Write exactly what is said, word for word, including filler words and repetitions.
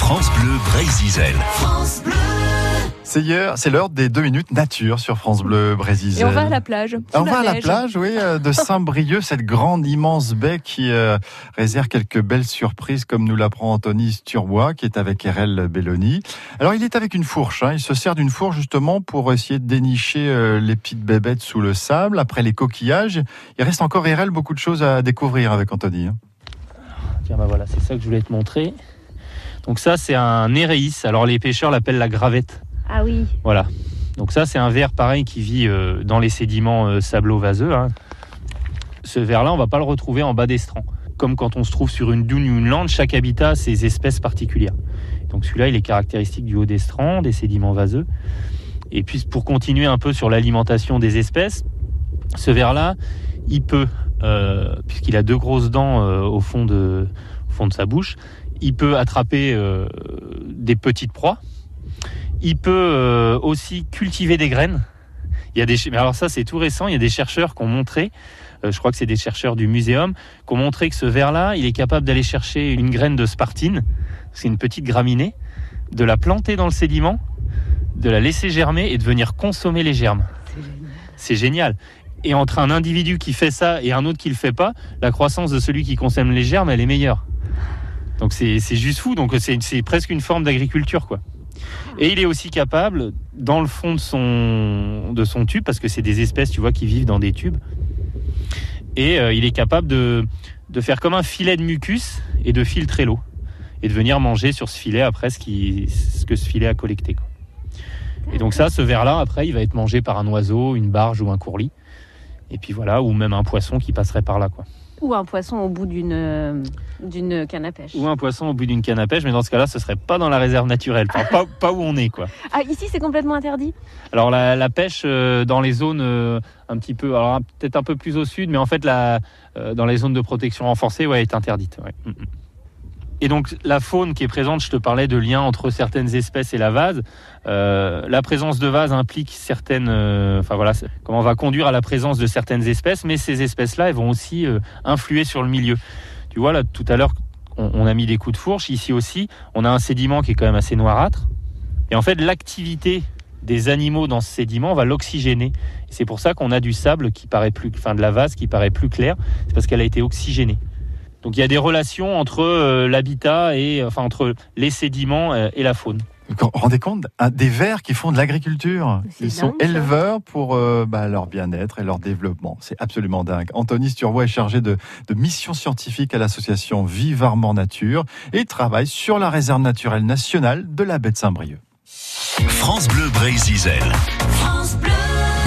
France Bleu Brésil. France Bleu. C'est hier, c'est l'heure des deux minutes nature sur France Bleu Brésil. Et on va à la plage. On va à la neige. plage, oui, de Saint-Brieuc, cette grande, immense baie qui euh, réserve quelques belles surprises, comme nous l'apprend Anthony Sturbois, qui est avec R L Belloni. Alors, il est avec une fourche. Hein, il se sert d'une fourche justement pour essayer de dénicher euh, les petites bébêtes sous le sable. Après les coquillages, il reste encore R L beaucoup de choses à découvrir avec Anthony. Hein. Tiens, bah voilà, c'est ça que je voulais te montrer. Donc ça, c'est un néréis. Alors les pêcheurs l'appellent la gravette. Ah oui. Voilà. Donc ça, c'est un ver pareil qui vit euh, dans les sédiments euh, sablo-vaseux. Hein. Ce ver-là, on va pas le retrouver en bas d'estran. Comme quand on se trouve sur une dune ou une lande, chaque habitat a ses espèces particulières. Donc celui-là, il est caractéristique du haut d'estran, des sédiments vaseux. Et puis pour continuer un peu sur l'alimentation des espèces, ce ver-là, il peut, euh, puisqu'il a deux grosses dents euh, au fond de, au fond de sa bouche, il peut attraper euh, des petites proies. Il peut euh, aussi cultiver des graines. Il y a des, mais alors ça, c'est tout récent. Il y a des chercheurs qui ont montré, euh, je crois que c'est des chercheurs du muséum, qui ont montré que ce ver-là, il est capable d'aller chercher une graine de spartine, c'est une petite graminée, de la planter dans le sédiment, de la laisser germer et de venir consommer les germes. C'est génial. C'est génial. Et entre un individu qui fait ça et un autre qui le fait pas, la croissance de celui qui consomme les germes, elle est meilleure. Donc c'est, c'est juste fou. Donc c'est, c'est presque une forme d'agriculture, quoi. Et il est aussi capable, dans le fond de son, de son tube, parce que c'est des espèces, tu vois, qui vivent dans des tubes, et euh, il est capable de, de faire comme un filet de mucus et de filtrer l'eau, et de venir manger sur ce filet après ce, qui, ce que ce filet a collecté, quoi. Et donc ça, ce ver-là, après, il va être mangé par un oiseau, une barge ou un courlis, et puis voilà, ou même un poisson qui passerait par là, quoi. Ou un poisson au bout d'une, euh, d'une canne à pêche. Ou un poisson au bout d'une canne à pêche, mais dans ce cas-là, ce serait pas dans la réserve naturelle, pas, pas, pas où on est, quoi. Ah, ici, c'est complètement interdit ? Alors la, la pêche euh, dans les zones euh, un petit peu, alors peut-être un peu plus au sud, mais en fait la, euh, dans les zones de protection renforcée, ouais, est interdite. Ouais. Et donc la faune qui est présente, je te parlais de lien entre certaines espèces et la vase. Euh, la présence de vase implique certaines, euh, enfin voilà, comment on va conduire à la présence de certaines espèces, mais ces espèces-là, elles vont aussi euh, influer sur le milieu. Tu vois là, tout à l'heure, on, on a mis des coups de fourche. Ici aussi, on a un sédiment qui est quand même assez noirâtre. Et en fait, l'activité des animaux dans ce sédiment va l'oxygéner. Et c'est pour ça qu'on a du sable qui paraît plus, enfin de la vase qui paraît plus claire. C'est parce qu'elle a été oxygénée. Donc il y a des relations entre euh, l'habitat et enfin entre les sédiments euh, et la faune. Vous vous rendez compte, hein, des vers qui font de l'agriculture. C'est Ils sont dingue, ça. éleveurs pour euh, bah, leur bien-être et leur développement. C'est absolument dingue. Anthony Sturbois est chargé de, de mission scientifique à l'association Vive Armand Nature et il travaille sur la réserve naturelle nationale de la baie de Saint-Brieuc. France Bleu Brésil.